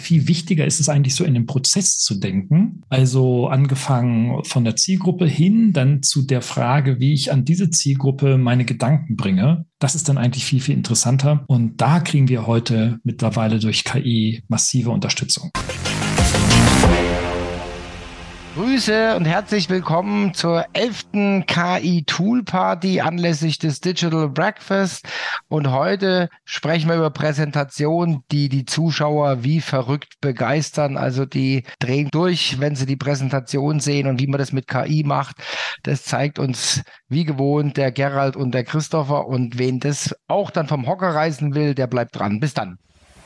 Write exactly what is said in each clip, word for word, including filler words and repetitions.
Viel wichtiger ist es eigentlich so in den Prozess zu denken. Also angefangen von der Zielgruppe hin, dann zu der Frage, wie ich an diese Zielgruppe meine Gedanken bringe. Das ist dann eigentlich viel, viel interessanter. Und da kriegen wir heute mittlerweile durch K I massive Unterstützung. Grüße und herzlich willkommen zur elften K I-Tool-Party anlässlich des Digital Breakfast. Und heute sprechen wir über Präsentationen, die die Zuschauer wie verrückt begeistern. Also die drehen durch, wenn sie die Präsentation sehen, und wie man das mit K I macht. Das zeigt uns wie gewohnt der Gerald und der Christopher. Und wen das auch dann vom Hocker reißen will, der bleibt dran. Bis dann.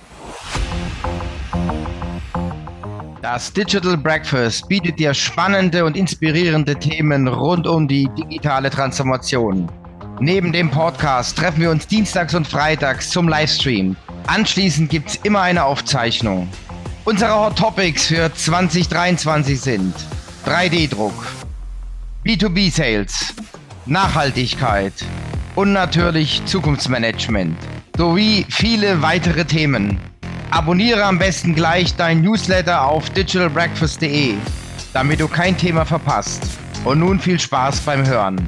Das Digital Breakfast bietet dir spannende und inspirierende Themen rund um die digitale Transformation. Neben dem Podcast treffen wir uns dienstags und freitags zum Livestream. Anschließend gibt es immer eine Aufzeichnung. Unsere Hot Topics für zwanzig dreiundzwanzig sind drei D Druck, B zwei B Sales, Nachhaltigkeit und natürlich Zukunftsmanagement sowie viele weitere Themen. Abonniere am besten gleich dein Newsletter auf digital breakfast punkt de, damit du kein Thema verpasst. Und nun viel Spaß beim Hören.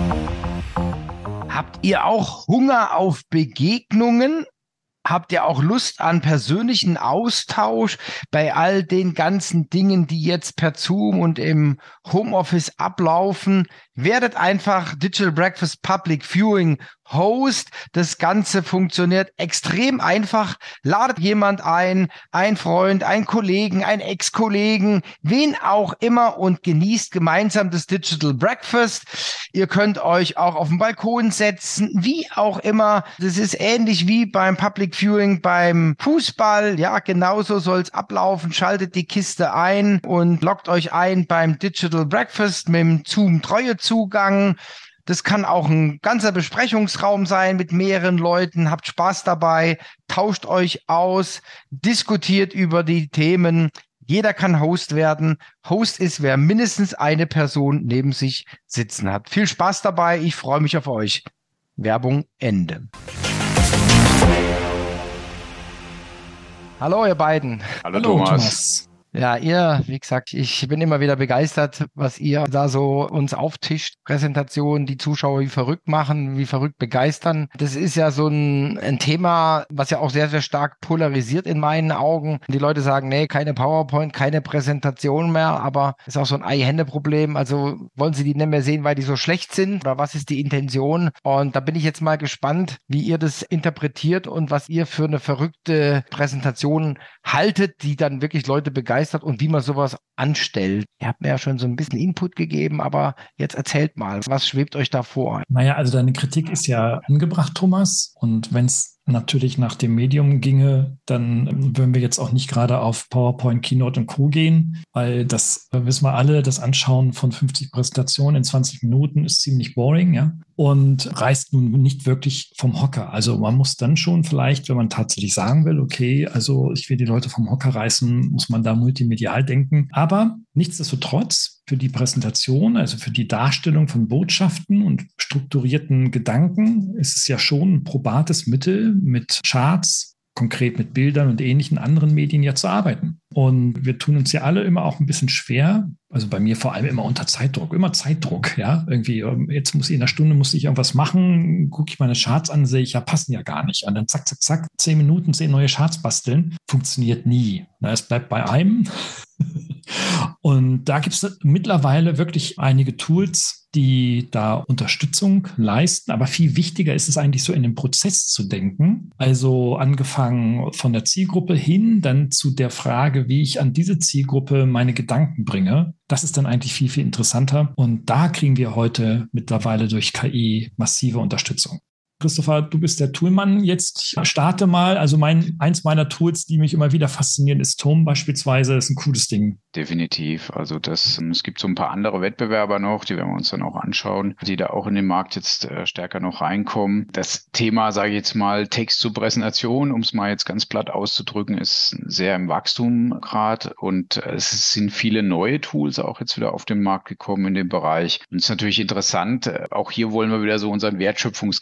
Habt ihr auch Hunger auf Begegnungen? Habt ihr auch Lust an persönlichen Austausch bei all den ganzen Dingen, die jetzt per Zoom und im Homeoffice ablaufen? Werdet einfach Digital Breakfast Public Viewing Host. Das Ganze funktioniert extrem einfach. Ladet jemand ein, ein Freund, einen Kollegen, einen Ex-Kollegen, wen auch immer, und genießt gemeinsam das Digital Breakfast. Ihr könnt euch auch auf den Balkon setzen, wie auch immer. Das ist ähnlich wie beim Public Viewing beim Fußball. Ja, genauso soll es ablaufen. Schaltet die Kiste ein und loggt euch ein beim Digital Breakfast mit dem Zoom-Treue-Zugang. Das kann auch ein ganzer Besprechungsraum sein mit mehreren Leuten. Habt Spaß dabei, tauscht euch aus, diskutiert über die Themen. Jeder kann Host werden. Host ist, wer mindestens eine Person neben sich sitzen hat. Viel Spaß dabei. Ich freue mich auf euch. Werbung Ende. Hallo, ihr beiden. Hallo, Hallo Thomas. Thomas. Ja, ihr, wie gesagt, ich bin immer wieder begeistert, was ihr da so uns auftischt. Präsentationen, die Zuschauer wie verrückt machen, wie verrückt begeistern. Das ist ja so ein, ein Thema, was ja auch sehr, sehr stark polarisiert in meinen Augen. Die Leute sagen, nee, keine PowerPoint, keine Präsentation mehr, aber ist auch so ein Ei-Hände-Problem. Also wollen sie die nicht mehr sehen, weil die so schlecht sind? Oder was ist die Intention? Und da bin ich jetzt mal gespannt, wie ihr das interpretiert und was ihr für eine verrückte Präsentation haltet, die dann wirklich Leute begeistert. Und wie man sowas anstellt. Ihr habt mir ja schon so ein bisschen Input gegeben, aber jetzt erzählt mal, was schwebt euch da vor? Naja, also deine Kritik ist ja angebracht, Thomas. Und wenn es natürlich nach dem Medium ginge, dann würden wir jetzt auch nicht gerade auf PowerPoint, Keynote und Co. gehen, weil das wissen wir alle, das Anschauen von fünfzig Präsentationen in zwanzig Minuten ist ziemlich boring, ja, und reißt nun nicht wirklich vom Hocker. Also man muss dann schon vielleicht, wenn man tatsächlich sagen will, okay, also ich will die Leute vom Hocker reißen, muss man da multimedial denken. Aber nichtsdestotrotz, für die Präsentation, also für die Darstellung von Botschaften und strukturierten Gedanken, ist es ja schon ein probates Mittel, mit Charts, konkret mit Bildern und ähnlichen anderen Medien ja zu arbeiten. Und wir tun uns ja alle immer auch ein bisschen schwer, also bei mir vor allem immer unter Zeitdruck, immer Zeitdruck, ja, irgendwie, jetzt muss ich in einer Stunde, muss ich irgendwas machen, gucke ich meine Charts an, sehe ich, ja, passen ja gar nicht. Und dann zack, zack, zack, zehn Minuten, zehn neue Charts basteln, funktioniert nie. Na, es bleibt bei einem. Und da gibt es mittlerweile wirklich einige Tools, die da Unterstützung leisten. Aber viel wichtiger ist es eigentlich so in den Prozess zu denken. Also angefangen von der Zielgruppe hin, dann zu der Frage, wie ich an diese Zielgruppe meine Gedanken bringe. Das ist dann eigentlich viel, viel interessanter. Und da kriegen wir heute mittlerweile durch K I massive Unterstützung. Christopher, du bist der Toolmann. Jetzt starte mal. Also mein, eins meiner Tools, die mich immer wieder faszinieren, ist Tome beispielsweise. Das ist ein cooles Ding. Definitiv. Also das, es gibt so ein paar andere Wettbewerber noch, die werden wir uns dann auch anschauen, die da auch in den Markt jetzt äh, stärker noch reinkommen. Das Thema, sage ich jetzt mal, Text zu Präsentation, um es mal jetzt ganz platt auszudrücken, ist sehr im Wachstum gerade und äh, es sind viele neue Tools auch jetzt wieder auf den Markt gekommen in dem Bereich. Und es ist natürlich interessant, äh, auch hier wollen wir wieder so unseren Wertschöpfungsgedanken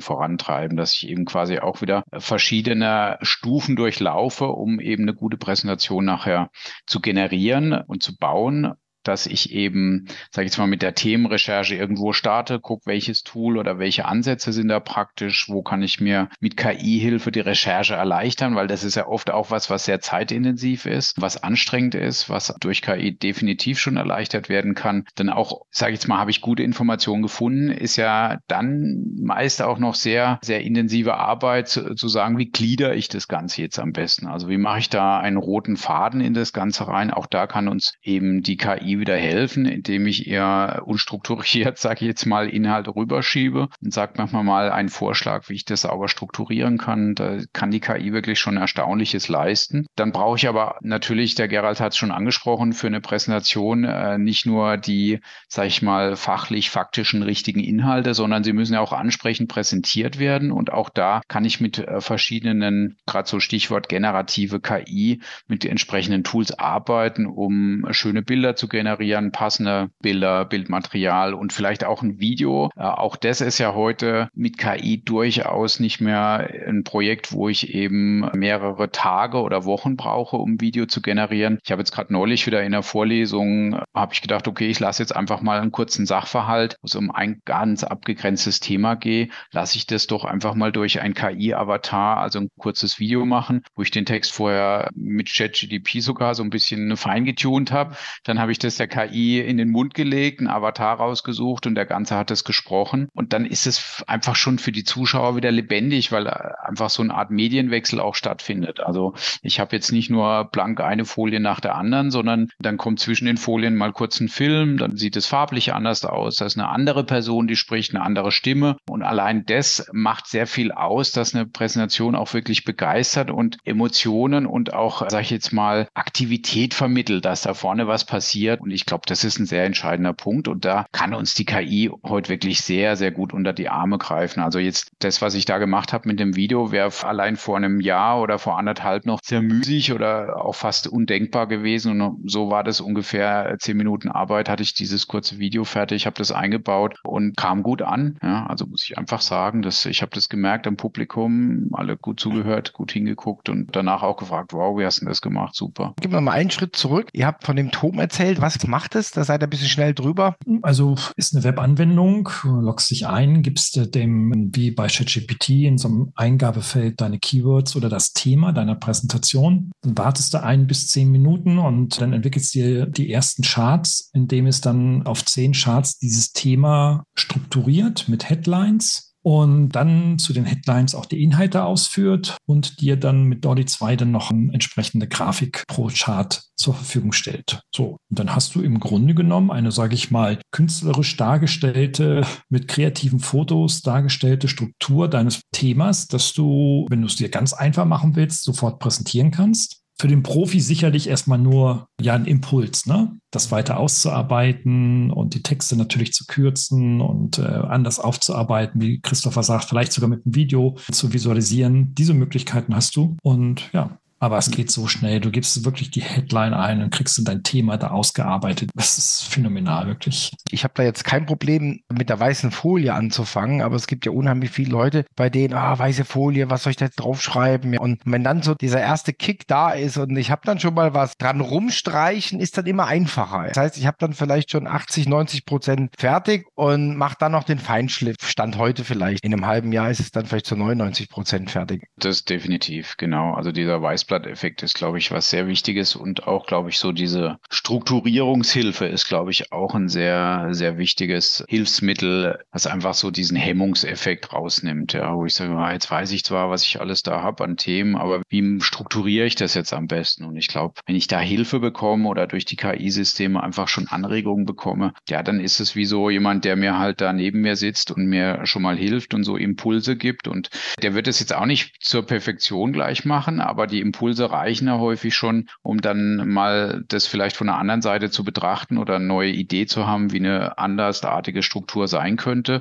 vorantreiben, dass ich eben quasi auch wieder verschiedene Stufen durchlaufe, um eben eine gute Präsentation nachher zu generieren und zu bauen, dass ich eben, sage ich jetzt mal, mit der Themenrecherche irgendwo starte, gucke, welches Tool oder welche Ansätze sind da praktisch, wo kann ich mir mit K I-Hilfe die Recherche erleichtern, weil das ist ja oft auch was, was sehr zeitintensiv ist, was anstrengend ist, was durch K I definitiv schon erleichtert werden kann. Dann auch, sage ich jetzt mal, habe ich gute Informationen gefunden, ist ja dann meist auch noch sehr, sehr intensive Arbeit zu, zu sagen, wie glieder ich das Ganze jetzt am besten? Also wie mache ich da einen roten Faden in das Ganze rein? Auch da kann uns eben die K I wieder helfen, indem ich eher unstrukturiert, sage ich jetzt mal, Inhalte rüberschiebe und sage manchmal mal einen Vorschlag, wie ich das sauber strukturieren kann. Da kann die K I wirklich schon Erstaunliches leisten. Dann brauche ich aber natürlich, der Gerald hat es schon angesprochen, für eine Präsentation äh, nicht nur die, sage ich mal, fachlich, faktischen, richtigen Inhalte, sondern sie müssen ja auch ansprechend präsentiert werden. Und auch da kann ich mit äh, verschiedenen, gerade so Stichwort generative K I, mit entsprechenden Tools arbeiten, um schöne Bilder zu generieren, passende Bilder, Bildmaterial und vielleicht auch ein Video. Äh, auch das ist ja heute mit K I durchaus nicht mehr ein Projekt, wo ich eben mehrere Tage oder Wochen brauche, um ein Video zu generieren. Ich habe jetzt gerade neulich wieder in der Vorlesung, habe ich gedacht, okay, ich lasse jetzt einfach mal einen kurzen Sachverhalt, wo es um ein ganz abgegrenztes Thema geht, lasse ich das doch einfach mal durch ein K I-Avatar, also ein kurzes Video machen, wo ich den Text vorher mit ChatGPT sogar so ein bisschen feingetuned habe. Dann habe ich das der K I in den Mund gelegt, ein Avatar rausgesucht und der Ganze hat es gesprochen. Und dann ist es einfach schon für die Zuschauer wieder lebendig, weil einfach so eine Art Medienwechsel auch stattfindet. Also ich habe jetzt nicht nur blank eine Folie nach der anderen, sondern dann kommt zwischen den Folien mal kurz ein Film, dann sieht es farblich anders aus, da ist eine andere Person, die spricht, eine andere Stimme. Und allein das macht sehr viel aus, dass eine Präsentation auch wirklich begeistert und Emotionen und auch, sage ich jetzt mal, Aktivität vermittelt, dass da vorne was passiert. Und ich glaube, das ist ein sehr entscheidender Punkt. Und da kann uns die K I heute wirklich sehr, sehr gut unter die Arme greifen. Also jetzt das, was ich da gemacht habe mit dem Video, wäre allein vor einem Jahr oder vor anderthalb noch sehr müßig oder auch fast undenkbar gewesen. Und so war das ungefähr zehn Minuten Arbeit, hatte ich dieses kurze Video fertig, habe das eingebaut und kam gut an. Ja, also muss ich einfach sagen, dass ich habe das gemerkt am Publikum, alle gut zugehört, gut hingeguckt und danach auch gefragt, wow, wie hast du das gemacht? Super. Gib mir mal einen Schritt zurück. Ihr habt von dem Tom erzählt. Was macht es? Da seid ihr ein bisschen schnell drüber. Also ist eine Webanwendung, du loggst dich ein, gibst dem wie bei ChatGPT in so einem Eingabefeld deine Keywords oder das Thema deiner Präsentation. Dann wartest du ein bis zehn Minuten und dann entwickelst du dir die ersten Charts, indem es dann auf zehn Charts dieses Thema strukturiert mit Headlines und dann zu den Headlines auch die Inhalte ausführt und dir dann mit Dolly zwei dann noch eine entsprechende Grafik pro Chart zur Verfügung stellt. So, und dann hast du im Grunde genommen eine, sage ich mal, künstlerisch dargestellte, mit kreativen Fotos dargestellte Struktur deines Themas, dass du, wenn du es dir ganz einfach machen willst, sofort präsentieren kannst. Für den Profi sicherlich erstmal nur ja ein Impuls, ne? Das weiter auszuarbeiten und die Texte natürlich zu kürzen und äh, anders aufzuarbeiten, wie Christopher sagt, vielleicht sogar mit einem Video zu visualisieren. Diese Möglichkeiten hast du und ja, aber es geht so schnell. Du gibst wirklich die Headline ein und kriegst dann dein Thema da ausgearbeitet. Das ist phänomenal, wirklich. Ich habe da jetzt kein Problem, mit der weißen Folie anzufangen, aber es gibt ja unheimlich viele Leute, bei denen, ah, weiße Folie, was soll ich da jetzt draufschreiben? Und wenn dann so dieser erste Kick da ist und ich habe dann schon mal was dran rumstreichen, ist dann immer einfacher. Das heißt, ich habe dann vielleicht schon achtzig, neunzig Prozent fertig und mache dann noch den Feinschliff. Stand heute vielleicht. In einem halben Jahr ist es dann vielleicht zu neunundneunzig Prozent fertig. Das definitiv, genau. Also dieser Weißblatt-Effekt ist, glaube ich, was sehr Wichtiges und auch, glaube ich, so diese Strukturierungshilfe ist, glaube ich, auch ein sehr, sehr wichtiges Hilfsmittel, was einfach so diesen Hemmungseffekt rausnimmt, ja, wo ich sage, ah, jetzt weiß ich zwar, was ich alles da habe an Themen, aber wie strukturiere ich das jetzt am besten? Und ich glaube, wenn ich da Hilfe bekomme oder durch die K I-Systeme einfach schon Anregungen bekomme, ja, dann ist es wie so jemand, der mir halt da neben mir sitzt und mir schon mal hilft und so Impulse gibt. Und der wird es jetzt auch nicht zur Perfektion gleich machen, aber die Impulse reichen ja häufig schon, um dann mal das vielleicht von einer anderen Seite zu betrachten oder eine neue Idee zu haben, wie eine andersartige Struktur sein könnte.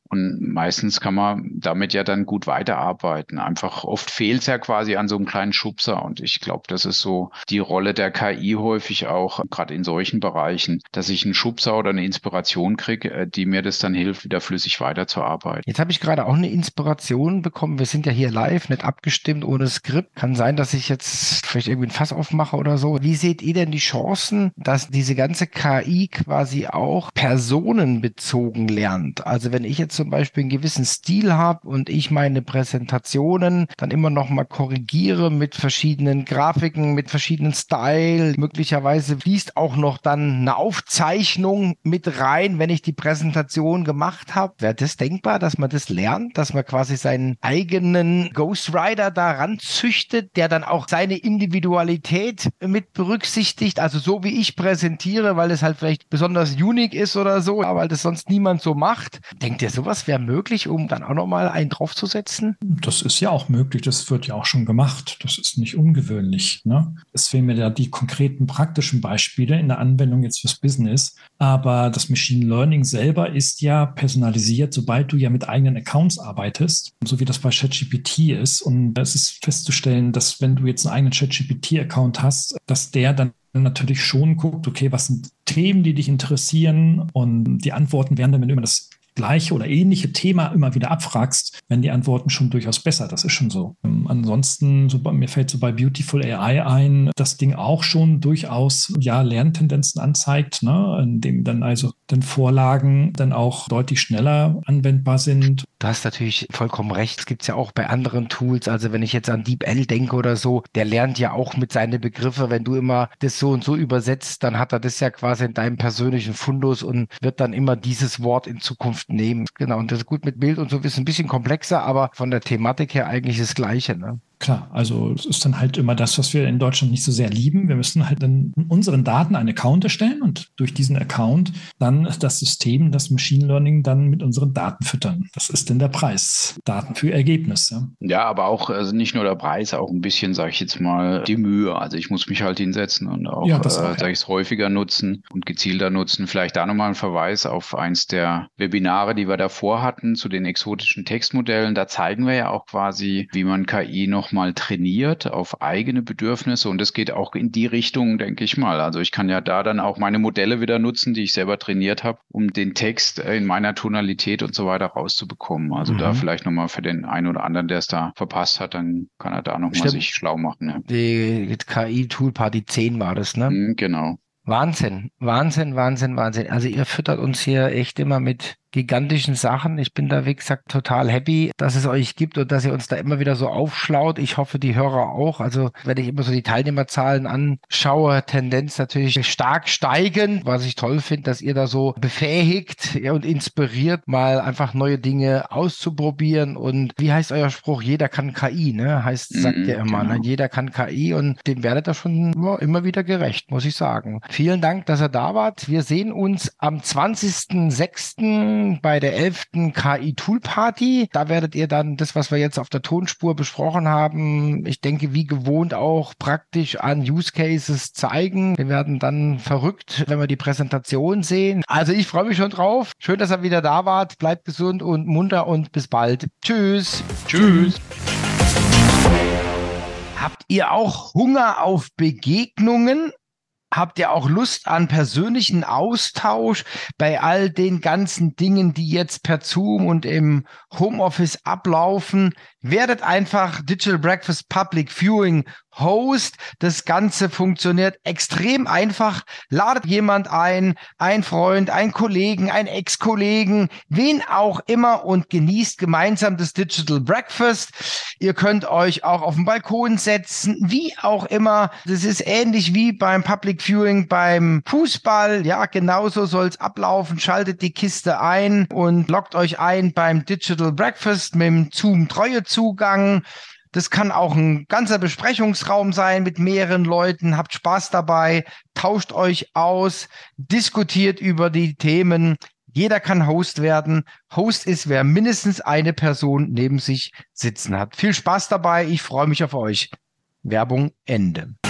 Und meistens kann man damit ja dann gut weiterarbeiten. Einfach oft fehlt es ja quasi an so einem kleinen Schubser. Und ich glaube, das ist so die Rolle der K I häufig auch, gerade in solchen Bereichen, dass ich einen Schubser oder eine Inspiration kriege, die mir das dann hilft, wieder flüssig weiterzuarbeiten. Jetzt habe ich gerade auch eine Inspiration bekommen. Wir sind ja hier live, nicht abgestimmt, ohne Skript. Kann sein, dass ich jetzt vielleicht irgendwie ein Fass aufmache oder so. Wie seht ihr denn die Chancen, dass diese ganze K I quasi auch personenbezogen lernt? Also wenn ich jetzt zum Beispiel einen gewissen Stil habe und ich meine Präsentationen dann immer noch mal korrigiere mit verschiedenen Grafiken, mit verschiedenen Style, möglicherweise fließt auch noch dann eine Aufzeichnung mit rein, wenn ich die Präsentation gemacht habe. Wäre das denkbar, dass man das lernt, dass man quasi seinen eigenen Ghostwriter daran züchtet, der dann auch seine Individualität mit berücksichtigt, also so wie ich präsentiere, weil es halt vielleicht besonders unique ist oder so, aber weil das sonst niemand so macht. Denkt ihr, sowas wäre möglich, um dann auch nochmal einen draufzusetzen? Das ist ja auch möglich, das wird ja auch schon gemacht. Das ist nicht ungewöhnlich. Ne? Es fehlen mir da die konkreten praktischen Beispiele in der Anwendung jetzt fürs Business. Aber das Machine Learning selber ist ja personalisiert, sobald du ja mit eigenen Accounts arbeitest, so wie das bei ChatGPT ist. Und es ist festzustellen, dass wenn du jetzt einen eigenen ChatGPT-Account hast, dass der dann natürlich schon guckt, okay, was sind Themen, die dich interessieren? Und die Antworten werden dann, wenn du immer das gleiche oder ähnliche Thema immer wieder abfragst, werden die Antworten schon durchaus besser. Das ist schon so. Ähm, ansonsten, so, mir fällt so bei Beautiful A I ein, das Ding auch schon durchaus ja Lerntendenzen anzeigt, ne? In dem dann also dann Vorlagen dann auch deutlich schneller anwendbar sind. Du hast natürlich vollkommen recht. Es gibt es ja auch bei anderen Tools. Also wenn ich jetzt an DeepL denke oder so, der lernt ja auch mit seinen Begriffe. Wenn du immer das so und so übersetzt, dann hat er das ja quasi in deinem persönlichen Fundus und wird dann immer dieses Wort in Zukunft nehmen. Genau. Und das ist gut mit Bild und so ist ein bisschen komplexer, aber von der Thematik her eigentlich das Gleiche, ne? Klar, also es ist dann halt immer das, was wir in Deutschland nicht so sehr lieben. Wir müssen halt dann in unseren Daten einen Account erstellen und durch diesen Account dann das System, das Machine Learning dann mit unseren Daten füttern. Das ist denn der Preis. Daten für Ergebnisse. Ja, aber auch also nicht nur der Preis, auch ein bisschen, sage ich jetzt mal, die Mühe. Also ich muss mich halt hinsetzen und auch, ja, das auch, äh, sage ich es, häufiger nutzen und gezielter nutzen. Vielleicht da nochmal ein Verweis auf eins der Webinare, die wir davor hatten, zu den exotischen Textmodellen. Da zeigen wir ja auch quasi, wie man K I noch mal trainiert auf eigene Bedürfnisse und das geht auch in die Richtung, denke ich mal. Also ich kann ja da dann auch meine Modelle wieder nutzen, die ich selber trainiert habe, um den Text in meiner Tonalität und so weiter rauszubekommen. Also mhm. da vielleicht nochmal für den einen oder anderen, der es da verpasst hat, dann kann er da nochmal sich schlau machen. Ja. Die K I-Toolparty zehn war das, ne? Mhm, genau. Wahnsinn, Wahnsinn, Wahnsinn, Wahnsinn. Also ihr füttert uns hier echt immer mit gigantischen Sachen. Ich bin da, wie gesagt, total happy, dass es euch gibt und dass ihr uns da immer wieder so aufschlaut. Ich hoffe, die Hörer auch. Also wenn ich immer so die Teilnehmerzahlen anschaue, Tendenz natürlich stark steigen, was ich toll finde, dass ihr da so befähigt ja, und inspiriert, mal einfach neue Dinge auszuprobieren. Und wie heißt euer Spruch? Jeder kann K I, ne? Heißt, sagt ihr immer, genau. Ne? Jeder kann K I und dem werdet ihr schon ja, immer wieder gerecht, muss ich sagen. Vielen Dank, dass ihr da wart. Wir sehen uns am zwanzigsten sechsten bei der elften K I-Tool-Party. Da werdet ihr dann das, was wir jetzt auf der Tonspur besprochen haben, ich denke, wie gewohnt auch praktisch an Use Cases zeigen. Wir werden dann verrückt, wenn wir die Präsentation sehen. Also ich freue mich schon drauf. Schön, dass ihr wieder da wart. Bleibt gesund und munter und bis bald. Tschüss. Tschüss. Habt ihr auch Hunger auf Begegnungen? Habt ihr auch Lust an persönlichen Austausch bei all den ganzen Dingen, die jetzt per Zoom und im Homeoffice ablaufen? Werdet einfach Digital Breakfast Public Viewing Host. Das Ganze funktioniert extrem einfach. Ladet jemand ein, ein Freund, ein Kollegen, ein Ex-Kollegen, wen auch immer und genießt gemeinsam das Digital Breakfast. Ihr könnt euch auch auf den Balkon setzen, wie auch immer. Das ist ähnlich wie beim Public Viewing beim Fußball. Ja, genauso soll es ablaufen. Schaltet die Kiste ein und loggt euch ein beim Digital Breakfast mit dem Zoom-Treue-Zugang. Das kann auch ein ganzer Besprechungsraum sein mit mehreren Leuten. Habt Spaß dabei, tauscht euch aus, diskutiert über die Themen. Jeder kann Host werden. Host ist, wer mindestens eine Person neben sich sitzen hat. Viel Spaß dabei. Ich freue mich auf euch. Werbung Ende.